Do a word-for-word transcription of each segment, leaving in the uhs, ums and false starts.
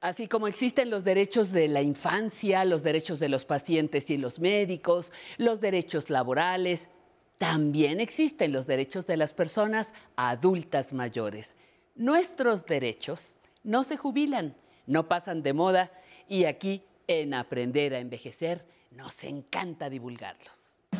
Así como existen los derechos de la infancia, los derechos de los pacientes y los médicos, los derechos laborales, también existen los derechos de las personas adultas mayores. Nuestros derechos no se jubilan, no pasan de moda y aquí en Aprender a Envejecer nos encanta divulgarlos.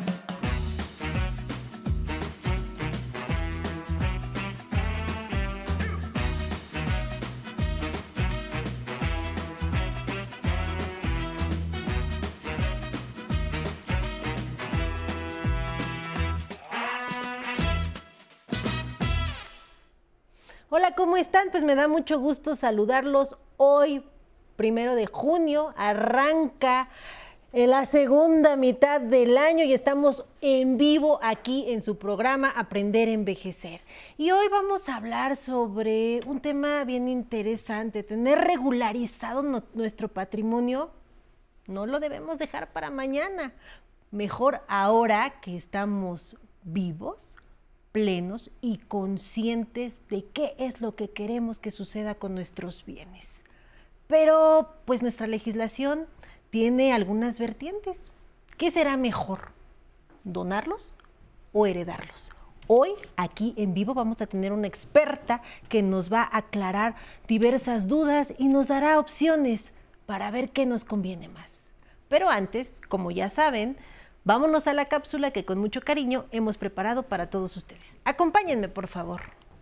Hola, ¿cómo están? Pues me da mucho gusto saludarlos. Hoy, primero de junio, arranca la segunda mitad del año y estamos en vivo aquí en su programa Aprender a Envejecer. Y hoy vamos a hablar sobre un tema bien interesante, tener regularizado no, nuestro patrimonio. No lo debemos dejar para mañana, mejor ahora que estamos vivos, plenos y conscientes de qué es lo que queremos que suceda con nuestros bienes. Pero, pues nuestra legislación tiene algunas vertientes. ¿Qué será mejor? ¿Donarlos o heredarlos? Hoy, aquí en vivo, vamos a tener una experta que nos va a aclarar diversas dudas y nos dará opciones para ver qué nos conviene más. Pero antes, como ya saben, vámonos a la cápsula que con mucho cariño hemos preparado para todos ustedes. Acompáñenme, por favor.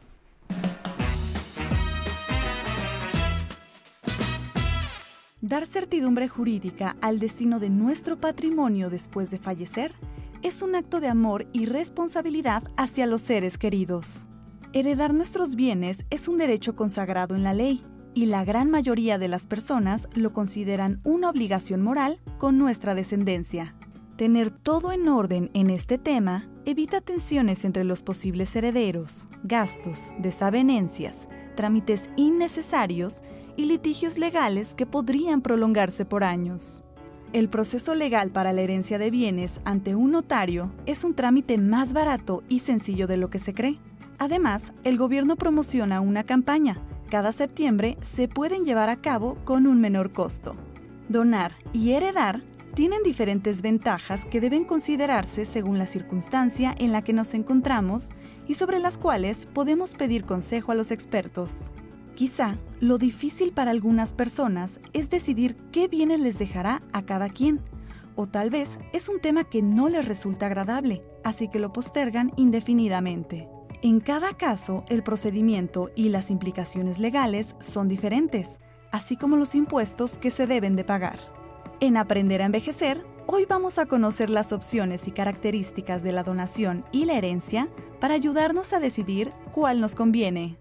Dar certidumbre jurídica al destino de nuestro patrimonio después de fallecer es un acto de amor y responsabilidad hacia los seres queridos. Heredar nuestros bienes es un derecho consagrado en la ley y la gran mayoría de las personas lo consideran una obligación moral con nuestra descendencia. Tener todo en orden en este tema evita tensiones entre los posibles herederos, gastos, desavenencias, trámites innecesarios y litigios legales que podrían prolongarse por años. El proceso legal para la herencia de bienes ante un notario es un trámite más barato y sencillo de lo que se cree. Además, el gobierno promociona una campaña. Cada septiembre se pueden llevar a cabo con un menor costo. Donar y heredar tienen diferentes ventajas que deben considerarse según la circunstancia en la que nos encontramos y sobre las cuales podemos pedir consejo a los expertos. Quizá lo difícil para algunas personas es decidir qué bienes les dejará a cada quien, o tal vez es un tema que no les resulta agradable, así que lo postergan indefinidamente. En cada caso, el procedimiento y las implicaciones legales son diferentes, así como los impuestos que se deben de pagar. En Aprender a Envejecer, hoy vamos a conocer las opciones y características de la donación y la herencia para ayudarnos a decidir cuál nos conviene.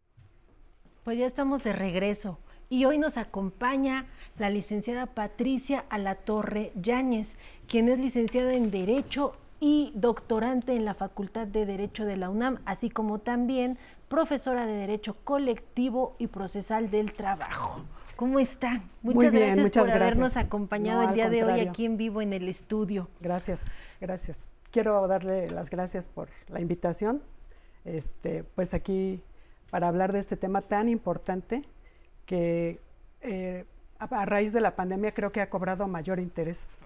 Pues ya estamos de regreso y hoy nos acompaña la licenciada Patricia Alatorre Yáñez, quien es licenciada en Derecho y doctorante en la Facultad de Derecho de la UNAM, así como también profesora de Derecho Colectivo y Procesal del Trabajo. ¿Cómo está? Muchas Muy bien, gracias muchas por gracias. habernos acompañado No, el día de hoy contrario. aquí en vivo en el estudio. Gracias, gracias. Quiero darle las gracias por la invitación, este, pues aquí para hablar de este tema tan importante que eh, a, a raíz de la pandemia creo que ha cobrado mayor interés,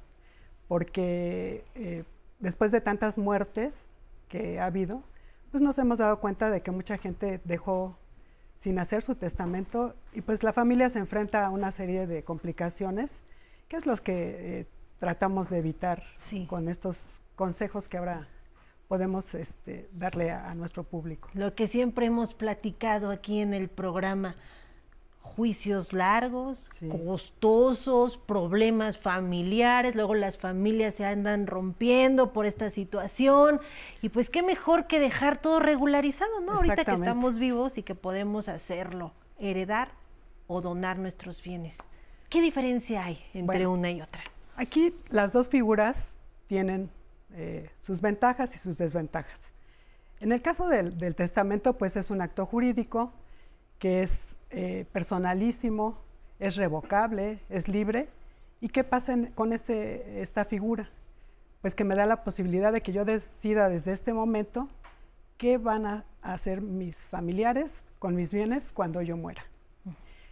porque eh, después de tantas muertes que ha habido, pues nos hemos dado cuenta de que mucha gente dejó sin hacer su testamento y pues la familia se enfrenta a una serie de complicaciones, que es los que eh, tratamos de evitar Sí. con estos consejos que ahora podemos este, darle a, a nuestro público. Lo que siempre hemos platicado aquí en el programa, juicios largos, Sí. costosos, problemas familiares, luego las familias se andan rompiendo por esta situación y pues qué mejor que dejar todo regularizado, ¿no? Ahorita que Exactamente. estamos vivos y que podemos hacerlo, heredar o donar nuestros bienes. ¿Qué diferencia hay entre Bueno. una y otra? Aquí las dos figuras tienen eh, sus ventajas y sus desventajas. En el caso del, del testamento, pues es un acto jurídico que es eh, personalísimo, es revocable, es libre. ¿Y qué pasa en, con este, esta figura? Pues que me da la posibilidad de que yo decida desde este momento qué van a hacer mis familiares con mis bienes cuando yo muera.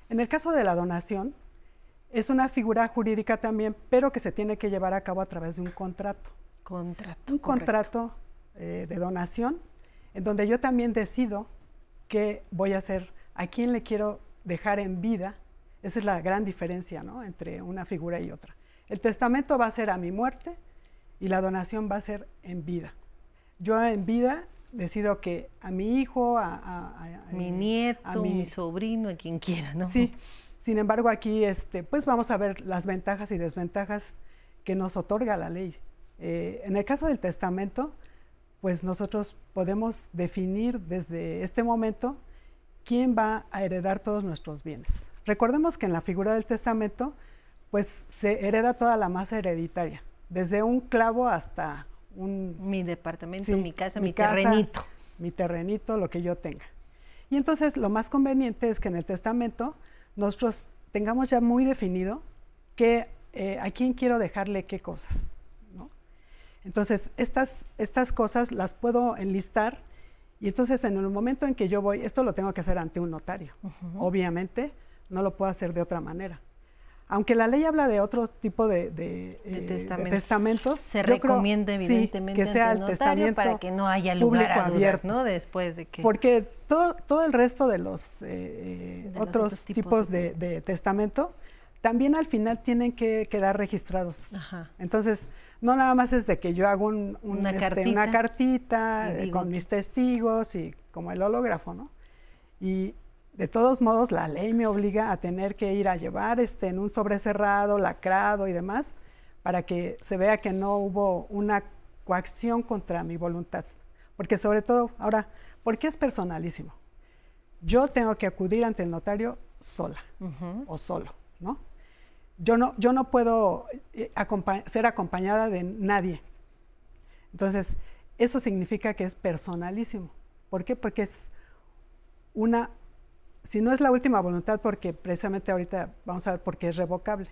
En el caso de la donación, es una figura jurídica también, pero que se tiene que llevar a cabo a través de un contrato. Contrato. Un correcto. contrato eh, de donación, en donde yo también decido qué voy a hacer, a quién le quiero dejar en vida. Esa es la gran diferencia, ¿no?, entre una figura y otra. El testamento va a ser a mi muerte y la donación va a ser en vida. Yo en vida decido que a mi hijo, a, a, a mi eh, nieto, a mi, mi sobrino, a quien quiera, ¿no? Sí. Sin embargo, aquí este, pues vamos a ver las ventajas y desventajas que nos otorga la ley. Eh, en el caso del testamento, pues nosotros podemos definir desde este momento quién va a heredar todos nuestros bienes. Recordemos que en la figura del testamento, pues se hereda toda la masa hereditaria, desde un clavo hasta un... Mi departamento, sí, mi casa, mi, mi casa, terrenito. Mi terrenito, lo que yo tenga. Y entonces lo más conveniente es que en el testamento nosotros tengamos ya muy definido que, eh, a quién quiero dejarle qué cosas, ¿no? Entonces, estas, estas cosas las puedo enlistar y entonces en el momento en que yo voy, esto lo tengo que hacer ante un notario, uh-huh. Obviamente no lo puedo hacer de otra manera. Aunque la ley habla de otro tipo de, de, de, eh, testamentos. de testamentos, se recomienda creo, evidentemente sí, que sea ante el notario para que no haya lugar a dudas, abierto, ¿no? Después de que... Porque todo, todo el resto de los eh, de otros, los otros tipos, tipos de, de, de testamento también al final tienen que quedar registrados. Ajá. Entonces, no nada más es de que yo hago un, un, una, este, cartita, una cartita eh, con que... mis testigos y como el hológrafo, ¿no? Y de todos modos, la ley me obliga a tener que ir a llevar este, en un sobre cerrado, lacrado y demás, para que se vea que no hubo una coacción contra mi voluntad. Porque sobre todo, ahora, ¿por qué es personalísimo? Yo tengo que acudir ante el notario sola uh-huh. o solo, ¿no? Yo no, yo no puedo eh, acompa- ser acompañada de nadie. Entonces, eso significa que es personalísimo. ¿Por qué? Porque es una... Si no es la última voluntad, porque precisamente ahorita vamos a ver por qué es revocable.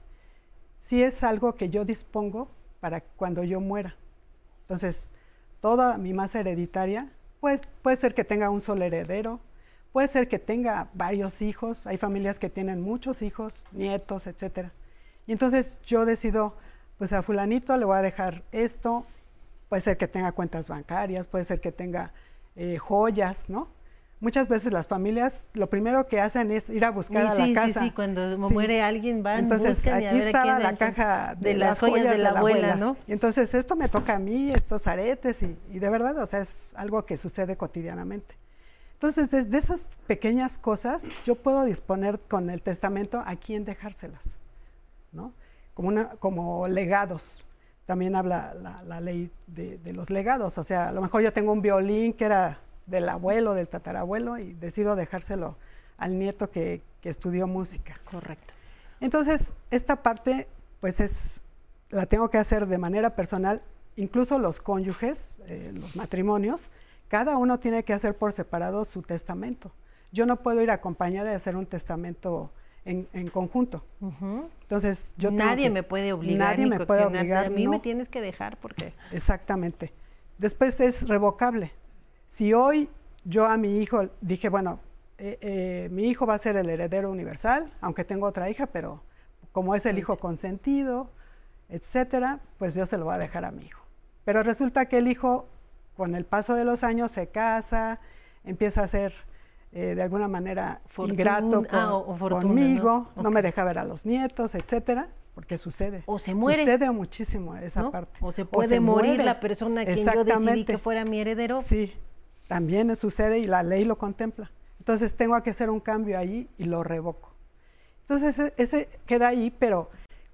Si es algo que yo dispongo para cuando yo muera. Entonces, toda mi masa hereditaria, pues, puede ser que tenga un solo heredero, puede ser que tenga varios hijos, hay familias que tienen muchos hijos, nietos, etcétera. Y entonces yo decido, pues a fulanito le voy a dejar esto, puede ser que tenga cuentas bancarias, puede ser que tenga eh, joyas, ¿no? Muchas veces las familias lo primero que hacen es ir a buscar sí, a la casa. Sí, sí, cuando sí. muere alguien van, entonces, buscan y a ver aquí estaba la dentro, caja de, de las, las joyas, joyas de la, de la abuela, abuela, ¿no? Y entonces esto me toca a mí, estos aretes, y, y de verdad, o sea, es algo que sucede cotidianamente. Entonces, desde esas pequeñas cosas, yo puedo disponer con el testamento a quién dejárselas, ¿no? Como, una, como legados. También habla la, la ley de, de los legados, o sea, a lo mejor yo tengo un violín que era del abuelo, del tatarabuelo, y decido dejárselo al nieto que, que estudió música. Correcto. Entonces, esta parte, pues es, la tengo que hacer de manera personal, incluso los cónyuges, eh, los matrimonios, cada uno tiene que hacer por separado su testamento. Yo no puedo ir acompañada de hacer un testamento en, en conjunto. Uh-huh. Entonces, yo nadie que, me puede obligar, nadie me puede obligar. A mí no. me tienes que dejar porque... Exactamente. Después es revocable. Si hoy yo a mi hijo dije, bueno, eh, eh, mi hijo va a ser el heredero universal, aunque tengo otra hija, pero como es el hijo consentido, etcétera, pues yo se lo voy a dejar a mi hijo. Pero resulta que el hijo, con el paso de los años, se casa, empieza a ser eh, de alguna manera Fortun ingrato con, ah, o, o fortuna, conmigo, ¿no? no Okay. me deja ver a los nietos, etcétera. Porque sucede. O se muere. Sucede muchísimo esa ¿no? parte. O se puede o se morir muere. La persona a quien yo decidí que fuera mi heredero. Sí, también sucede y la ley lo contempla. Entonces tengo que hacer un cambio ahí y lo revoco. Entonces ese, ese queda ahí, pero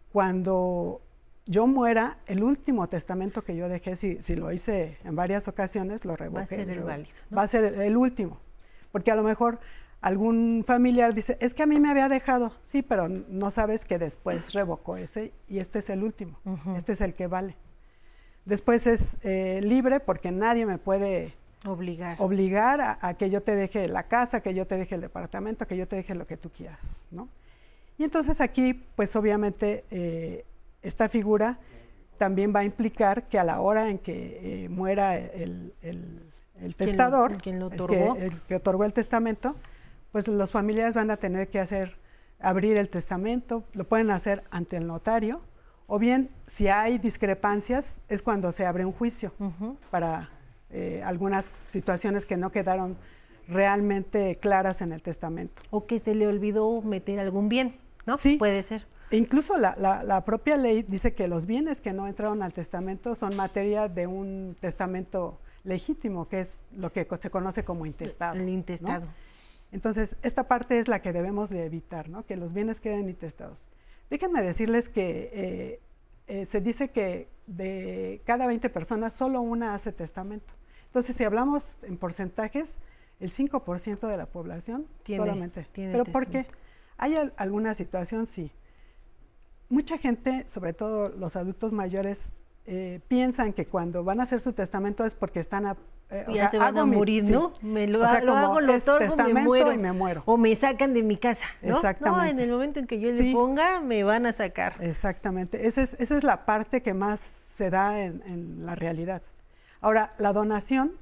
cuando yo muera, el último testamento que yo dejé, si, si lo hice en varias ocasiones, lo revoqué. Va a ser el válido, ¿no? Va a ser el, el último. Porque a lo mejor algún familiar dice, es que a mí me había dejado. Sí, pero no sabes que después revocó ese y este es el último. Uh-huh. Este es el que vale. Después es eh, libre porque nadie me puede obligar, obligar a, a que yo te deje la casa, que yo te deje el departamento, que yo te deje lo que tú quieras, ¿no? Y entonces aquí, pues obviamente, eh, esta figura también va a implicar que a la hora en que eh, muera el, el, el testador, ¿Quién lo, quién lo otorgó? El, que, el que otorgó el testamento, pues los familiares van a tener que hacer abrir el testamento, lo pueden hacer ante el notario, o bien, si hay discrepancias, es cuando se abre un juicio uh-huh. para eh, algunas situaciones que no quedaron realmente claras en el testamento. O que se le olvidó meter algún bien, ¿no? Sí. Puede ser. Incluso la, la, la propia ley dice que los bienes que no entraron al testamento son materia de un testamento legítimo, que es lo que se conoce como intestado. El intestado. ¿no? Entonces, esta parte es la que debemos de evitar, ¿no? Que los bienes queden intestados. Déjenme decirles que eh, eh, se dice que de cada veinte personas, solo una hace testamento. Entonces, si hablamos en porcentajes, el cinco por ciento de la población tiene, solamente. Tiene ¿Pero testamento. por qué? ¿Hay al, alguna situación? Sí. Mucha gente, sobre todo los adultos mayores, eh, piensan que cuando van a hacer su testamento es porque están a, eh, ya o sea, se van a morir, mi, ¿no? Sí. Me lo, o sea, lo hago, lo otorgo, me muero. Y me muero. O me sacan de mi casa, ¿no? Exactamente. No, en el momento en que yo sí. le ponga, me van a sacar. Exactamente. Esa es, esa es la parte que más se da en, en la realidad. Ahora, la donación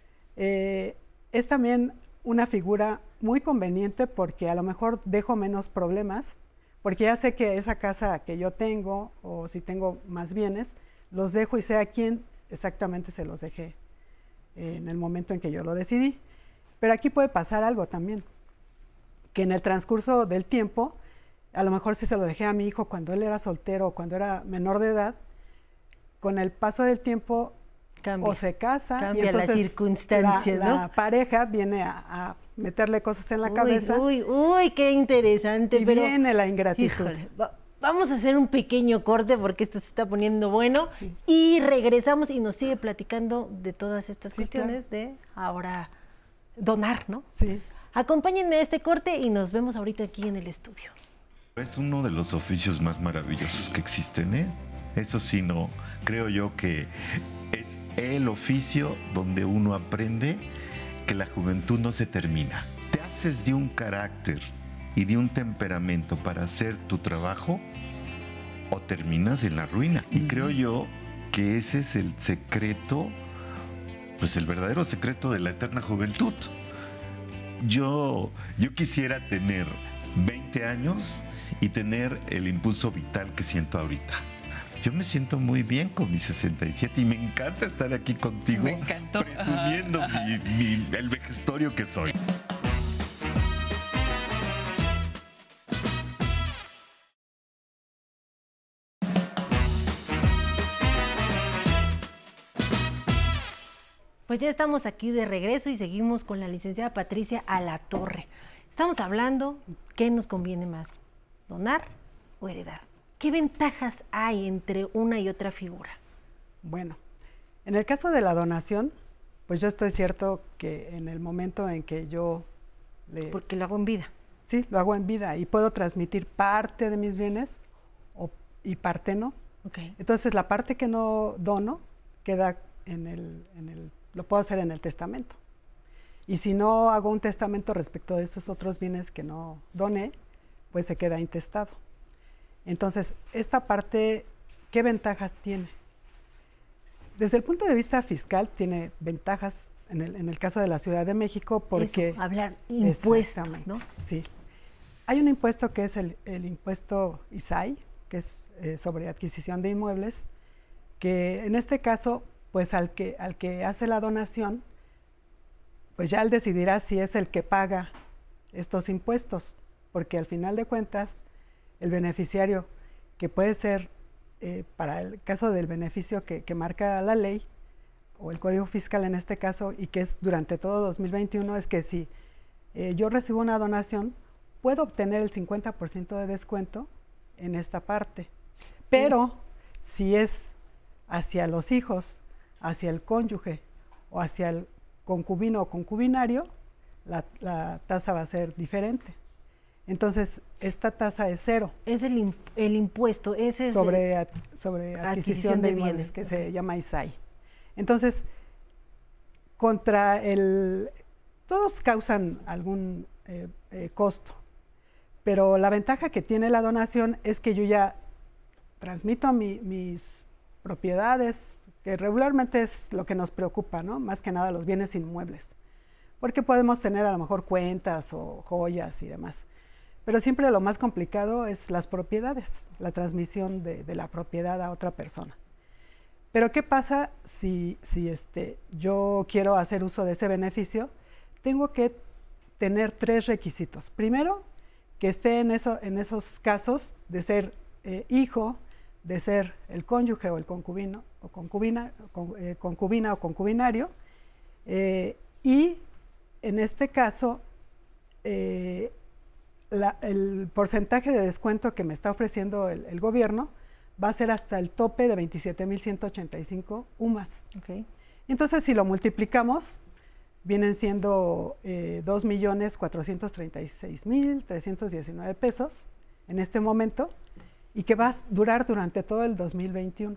eh, es también una figura muy conveniente porque a lo mejor dejo menos problemas, porque ya sé que esa casa que yo tengo, o si tengo más bienes, los dejo y sé a quién exactamente se los dejé eh, en el momento en que yo lo decidí. Pero aquí puede pasar algo también, que en el transcurso del tiempo, a lo mejor si se lo dejé a mi hijo cuando él era soltero o cuando era menor de edad, con el paso del tiempo Cambia. o se casa Cambia y entonces la circunstancia, la, ¿no? la pareja viene a, a meterle cosas en la uy, cabeza. Uy, uy, qué interesante. Y pero, viene la ingratitud. Híjole, va, vamos a hacer un pequeño corte porque esto se está poniendo bueno. Sí. Y regresamos y nos sigue platicando de todas estas sí, cuestiones claro. de ahora donar, ¿no? Sí. Acompáñenme a este corte y nos vemos ahorita aquí en el estudio. Es uno de los oficios más maravillosos que existen, ¿eh? Eso sí, no, creo yo que es el oficio donde uno aprende que la juventud no se termina. Te haces de un carácter y de un temperamento para hacer tu trabajo o terminas en la ruina. Y creo yo que ese es el secreto, pues el verdadero secreto de la eterna juventud. Yo, yo quisiera tener veinte años y tener el impulso vital que siento ahorita. Yo me siento muy bien con mis sesenta y siete y me encanta estar aquí contigo. Me encantó. Presumiendo mi, mi, el vejestorio que soy. Pues ya estamos aquí de regreso y seguimos con la licenciada Patricia Alatorre. Estamos hablando qué nos conviene más, donar o heredar. ¿Qué ventajas hay entre una y otra figura? Bueno, en el caso de la donación, pues yo estoy cierto que en el momento en que yo le... Porque lo hago en vida. Sí, lo hago en vida y puedo transmitir parte de mis bienes o, y parte no. Okay. Entonces la parte que no dono queda en el, en el, lo puedo hacer en el testamento. Y si no hago un testamento respecto de esos otros bienes que no doné, pues se queda intestado. Entonces, esta parte, ¿qué ventajas tiene? Desde el punto de vista fiscal, tiene ventajas en el, en el caso de la Ciudad de México porque... Eso, hablar impuestos, ¿no? Sí. Hay un impuesto que es el, el impuesto I S A I, que es eh, sobre adquisición de inmuebles, que en este caso, pues al que, al que hace la donación, pues ya él decidirá si es el que paga estos impuestos, porque al final de cuentas, el beneficiario, que puede ser, eh, para el caso del beneficio que, que marca la ley, o el Código Fiscal en este caso, y que es durante todo dos mil veintiuno, es que si eh, yo recibo una donación, puedo obtener el cincuenta por ciento de descuento en esta parte. Pero sí. si es hacia los hijos, hacia el cónyuge, o hacia el concubino o concubinario, la, la tasa va a ser diferente. Entonces, esta tasa es cero. Es el, imp el impuesto, ese es sobre, de ad sobre adquisición, adquisición de, de inmuebles, bienes, que okay. se llama I S A I. Entonces, contra el... Todos causan algún eh, eh, costo, pero la ventaja que tiene la donación es que yo ya transmito mi, mis propiedades, que regularmente es lo que nos preocupa, ¿no? Más que nada los bienes inmuebles, porque podemos tener a lo mejor cuentas o joyas y demás. pero siempre lo más complicado es las propiedades, la transmisión de, de la propiedad a otra persona. Pero ¿qué pasa si, si este, yo quiero hacer uso de ese beneficio? Tengo que tener tres requisitos. Primero, que esté en, eso, en esos casos de ser eh, hijo, de ser el cónyuge o el concubino, o concubina, con, eh, concubina o concubinario, eh, y en este caso, eh, la, el porcentaje de descuento que me está ofreciendo el, el gobierno va a ser hasta el tope de veintisiete mil ciento ochenta y cinco U M A S. Okay. Entonces, si lo multiplicamos, vienen siendo eh, dos millones cuatrocientos treinta y seis mil trescientos diecinueve pesos en este momento, y que va a durar durante todo el dos mil veintiuno.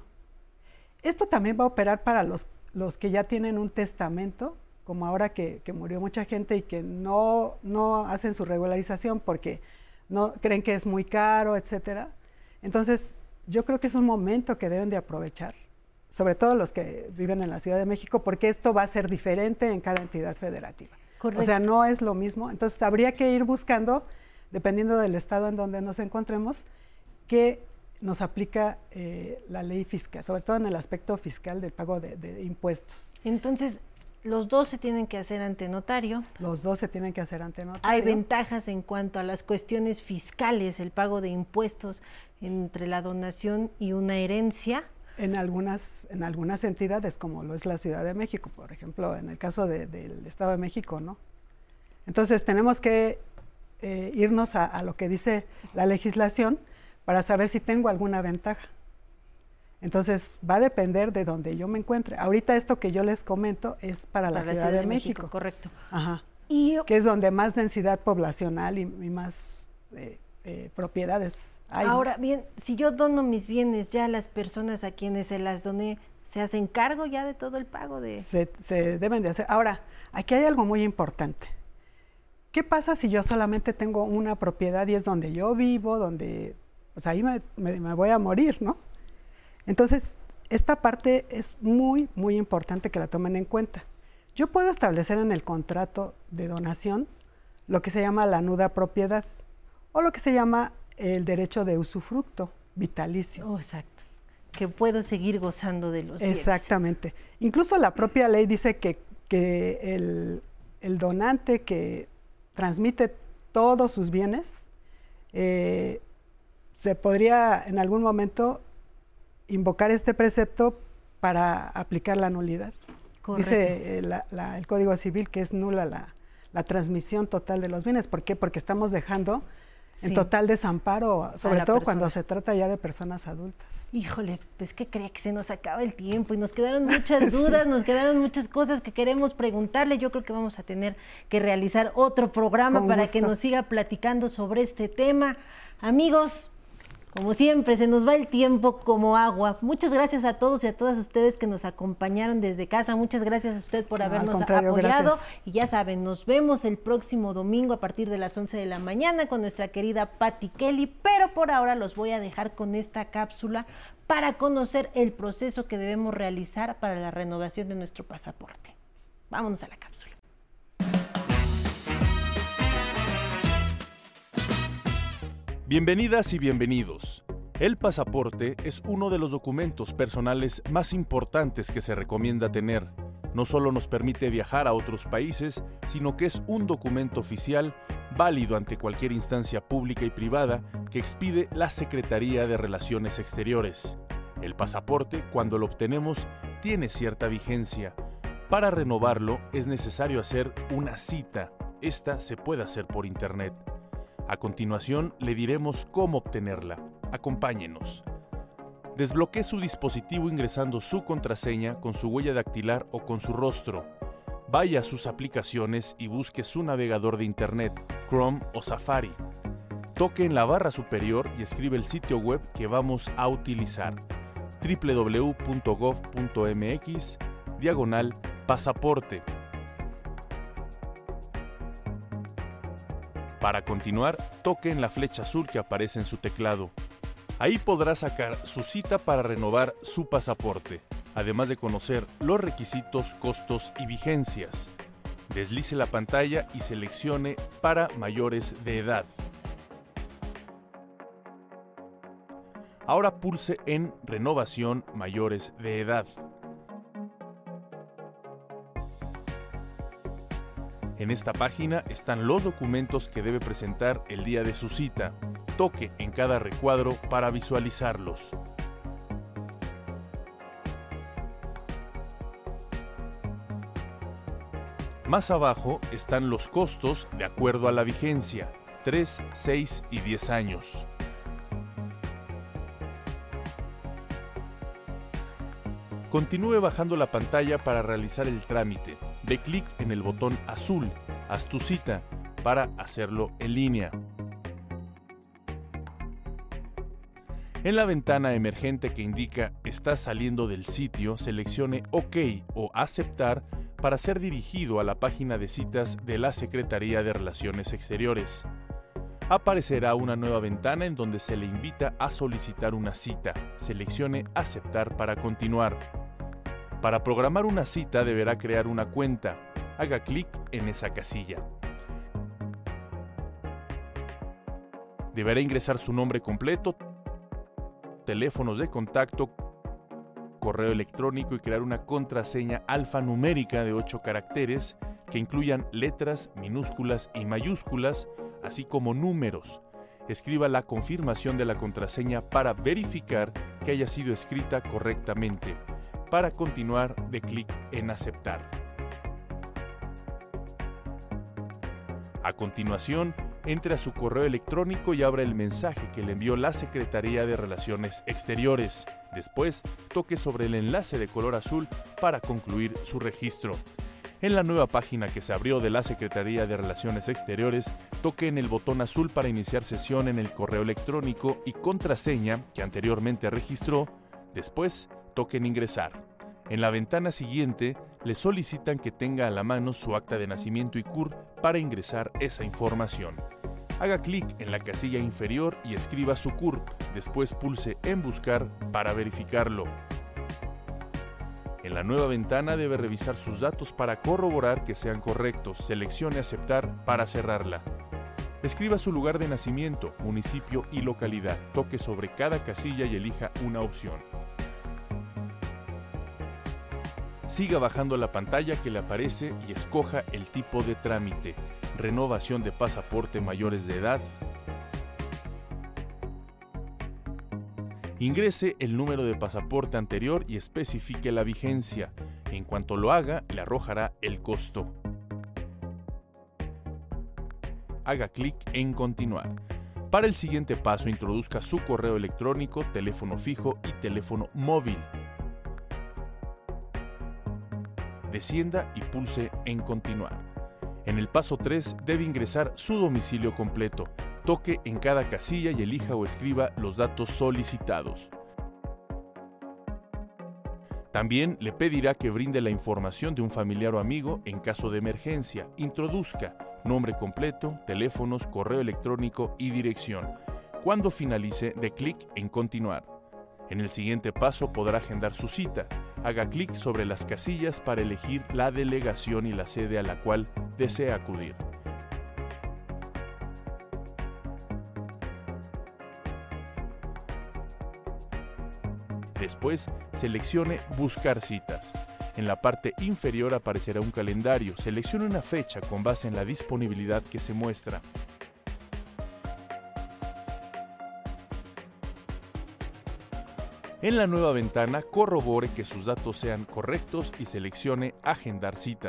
Esto también va a operar para los, los que ya tienen un testamento, como ahora que, que murió mucha gente y que no, no hacen su regularización porque no creen que es muy caro, etcétera. Entonces, yo creo que es un momento que deben de aprovechar, sobre todo los que viven en la Ciudad de México, porque esto va a ser diferente en cada entidad federativa. Correcto. O sea, no es lo mismo. Entonces, habría que ir buscando, dependiendo del estado en donde nos encontremos, que nos aplica eh, la ley fiscal, sobre todo en el aspecto fiscal del pago de, de impuestos. Entonces, los dos se tienen que hacer ante notario. Los dos se tienen que hacer ante notario. Hay ventajas en cuanto a las cuestiones fiscales, el pago de impuestos entre la donación y una herencia. En algunas, en algunas entidades, como lo es la Ciudad de México, por ejemplo, en el caso de, del Estado de México, ¿no? Entonces, tenemos que eh, irnos a, a lo que dice la legislación para saber si tengo alguna ventaja. Entonces, va a depender de donde yo me encuentre. Ahorita esto que yo les comento es para, para la, Ciudad la Ciudad de, de México. México. Correcto. Ajá. Y, que es donde más densidad poblacional y, y más eh, eh, propiedades hay. Ahora bien, si yo dono mis bienes ya a las personas a quienes se las doné, ¿se hacen cargo ya de todo el pago? de? Se, se deben de hacer. Ahora, aquí hay algo muy importante. ¿Qué pasa si yo solamente tengo una propiedad y es donde yo vivo, donde, pues ahí me, me, me voy a morir, ¿no? Entonces, esta parte es muy, muy importante que la tomen en cuenta. Yo puedo establecer en el contrato de donación lo que se llama la nuda propiedad o lo que se llama el derecho de usufructo vitalicio. Oh, exacto. Que puedo seguir gozando de los bienes. Exactamente. Incluso la propia ley dice que, que el, el donante que transmite todos sus bienes eh, se podría en algún momento invocar este precepto para aplicar la nulidad. Correcto. Dice eh, la, la, el Código Civil que es nula la, la transmisión total de los bienes. ¿Por qué? Porque estamos dejando sí. en total desamparo, sobre todo persona. Cuando se trata ya de personas adultas. Híjole, pues que creía que se nos acaba el tiempo y nos quedaron muchas dudas, sí. nos quedaron muchas cosas que queremos preguntarle. Yo creo que vamos a tener que realizar otro programa Con para gusto. que nos siga platicando sobre este tema. Amigos, como siempre, se nos va el tiempo como agua. Muchas gracias a todos y a todas ustedes que nos acompañaron desde casa. Muchas gracias a usted por no, habernos apoyado. Gracias. Y ya saben, nos vemos el próximo domingo a partir de las once de la mañana con nuestra querida Patti Kelly. Pero por ahora los voy a dejar con esta cápsula para conocer el proceso que debemos realizar para la renovación de nuestro pasaporte. Vámonos a la cápsula. Bienvenidas y bienvenidos. El pasaporte es uno de los documentos personales más importantes que se recomienda tener. No solo nos permite viajar a otros países, sino que es un documento oficial válido ante cualquier instancia pública y privada que expide la Secretaría de Relaciones Exteriores. El pasaporte, cuando lo obtenemos, tiene cierta vigencia. Para renovarlo es necesario hacer una cita. Esta se puede hacer por internet. A continuación, le diremos cómo obtenerla. Acompáñenos. Desbloquee su dispositivo ingresando su contraseña con su huella dactilar o con su rostro. Vaya a sus aplicaciones y busque su navegador de internet, Chrome o Safari. Toque en la barra superior y escribe el sitio web que vamos a utilizar: doble u doble u doble u punto gov punto m x diagonal pasaporte. Para continuar, toque en la flecha azul que aparece en su teclado. Ahí podrá sacar su cita para renovar su pasaporte, además de conocer los requisitos, costos y vigencias. Deslice la pantalla y seleccione para mayores de edad. Ahora pulse en Renovación Mayores de Edad. En esta página están los documentos que debe presentar el día de su cita. Toque en cada recuadro para visualizarlos. Más abajo están los costos de acuerdo a la vigencia, tres, seis y diez años. Continúe bajando la pantalla para realizar el trámite. Dé clic en el botón azul, Haz tu cita, para hacerlo en línea. En la ventana emergente que indica Está saliendo del sitio, seleccione OK o Aceptar para ser dirigido a la página de citas de la Secretaría de Relaciones Exteriores. Aparecerá una nueva ventana en donde se le invita a solicitar una cita. Seleccione Aceptar para continuar. Para programar una cita deberá crear una cuenta. Haga clic en esa casilla. Deberá ingresar su nombre completo, teléfonos de contacto, correo electrónico y crear una contraseña alfanumérica de ocho caracteres que incluyan letras, minúsculas y mayúsculas, así como números. Escriba la confirmación de la contraseña para verificar que haya sido escrita correctamente. Para continuar, dé clic en Aceptar. A continuación, entre a su correo electrónico y abra el mensaje que le envió la Secretaría de Relaciones Exteriores. Después, toque sobre el enlace de color azul para concluir su registro. En la nueva página que se abrió de la Secretaría de Relaciones Exteriores, toque en el botón azul para iniciar sesión en el correo electrónico y contraseña que anteriormente registró. Después, toque en Ingresar. En la ventana siguiente, le solicitan que tenga a la mano su acta de nacimiento y C U R para ingresar esa información. Haga clic en la casilla inferior y escriba su C U R. Después pulse en Buscar para verificarlo. En la nueva ventana debe revisar sus datos para corroborar que sean correctos. Seleccione Aceptar para cerrarla. Escriba su lugar de nacimiento, municipio y localidad. Toque sobre cada casilla y elija una opción. Siga bajando la pantalla que le aparece y escoja el tipo de trámite. Renovación de pasaporte mayores de edad. Ingrese el número de pasaporte anterior y especifique la vigencia. En cuanto lo haga, le arrojará el costo. Haga clic en Continuar. Para el siguiente paso, introduzca su correo electrónico, teléfono fijo y teléfono móvil. Descienda y pulse en Continuar. En el paso tres debe ingresar su domicilio completo. Toque en cada casilla y elija o escriba los datos solicitados. También le pedirá que brinde la información de un familiar o amigo en caso de emergencia. Introduzca nombre completo, teléfonos, correo electrónico y dirección. Cuando finalice, dé clic en Continuar. En el siguiente paso podrá agendar su cita. Haga clic sobre las casillas para elegir la delegación y la sede a la cual desea acudir. Después, seleccione Buscar citas. En la parte inferior aparecerá un calendario. Seleccione una fecha con base en la disponibilidad que se muestra. En la nueva ventana, corrobore que sus datos sean correctos y seleccione Agendar cita.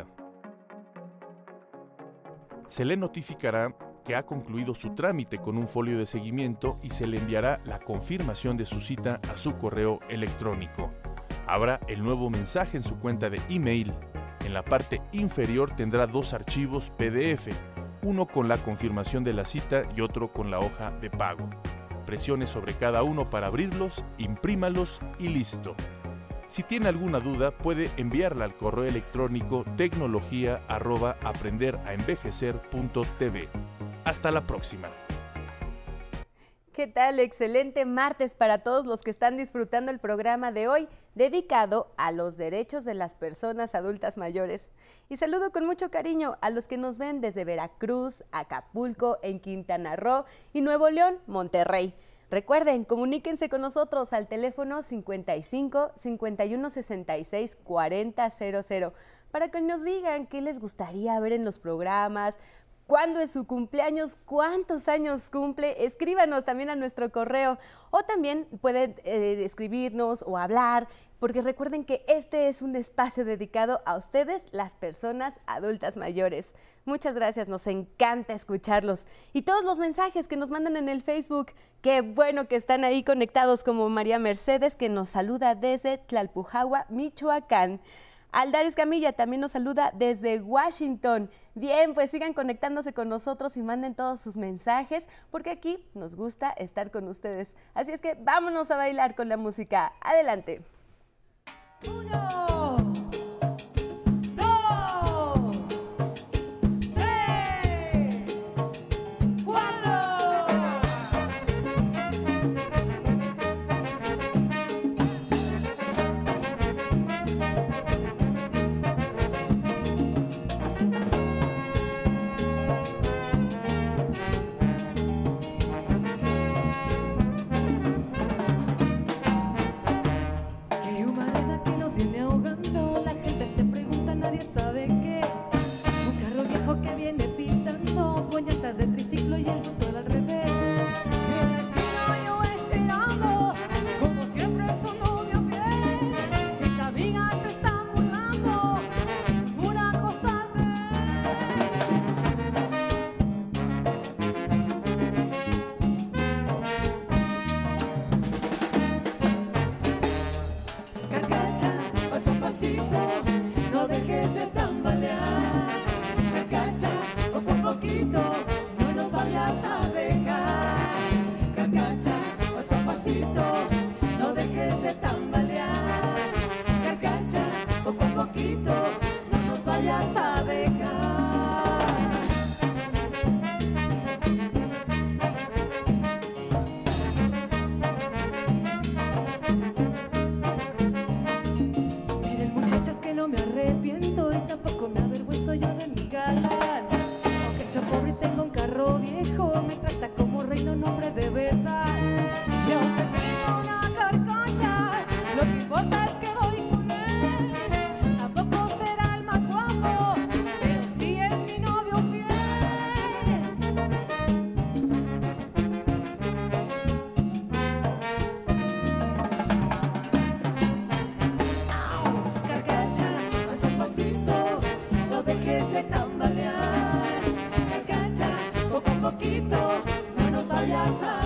Se le notificará que ha concluido su trámite con un folio de seguimiento y se le enviará la confirmación de su cita a su correo electrónico. Abra el nuevo mensaje en su cuenta de email. En la parte inferior tendrá dos archivos P D F, uno con la confirmación de la cita y otro con la hoja de pago. Presione sobre cada uno para abrirlos, imprímalos y listo. Si tiene alguna duda, puede enviarla al correo electrónico tecnología arroba aprenderaenvejecer punto t v. Hasta la próxima. ¿Qué tal? Excelente martes para todos los que están disfrutando el programa de hoy, dedicado a los derechos de las personas adultas mayores. Y saludo con mucho cariño a los que nos ven desde Veracruz, Acapulco, en Quintana Roo y Nuevo León, Monterrey. Recuerden, comuníquense con nosotros al teléfono cincuenta y cinco, cincuenta y uno, sesenta y seis, cuarenta, cero cero para que nos digan qué les gustaría ver en los programas, cuándo es su cumpleaños, cuántos años cumple. Escríbanos también a nuestro correo o también pueden eh, escribirnos o hablar, porque recuerden que este es un espacio dedicado a ustedes, las personas adultas mayores. Muchas gracias, nos encanta escucharlos. Y todos los mensajes que nos mandan en el Facebook, qué bueno que están ahí conectados, como María Mercedes, que nos saluda desde Tlalpujahua, Michoacán. Aldares Camilla también nos saluda desde Washington. Bien, pues sigan conectándose con nosotros y manden todos sus mensajes, porque aquí nos gusta estar con ustedes. Así es que vámonos a bailar con la música. Adelante. Uno, dos, tres, cuatro. Qué humareda que nos viene ahogando, la gente se pregunta, nadie sabe qué es. Un carro viejo que viene pitando, con llantas de triciclo y el motor al revés. En la esquina yo esperando, como siempre su novio fiel. Mis amigas se están burlando, una cosa de Carcacha, paso a pasito, no dejes de tambalear. Carcacha, poco a poquito, no nos vayas a dejar. Carcacha, paso a pasito, no dejes de tambalear. Carcacha, poco a poquito, no nos vayas a dejar. Miren, muchachas, que no me arrepiento y tampoco me avergüenzo yo de mi galán. Aunque sea pobre y tengo un carro viejo, me trata como reino, un hombre de verdad. Y aunque tengo una carcacha, lo que importa es que voy con él. Tampoco será el más guapo, pero sí es mi novio fiel. Carcacha, paso a pasito, no dejes de tambalear. Carcacha, poco a poquito, no nos vayas a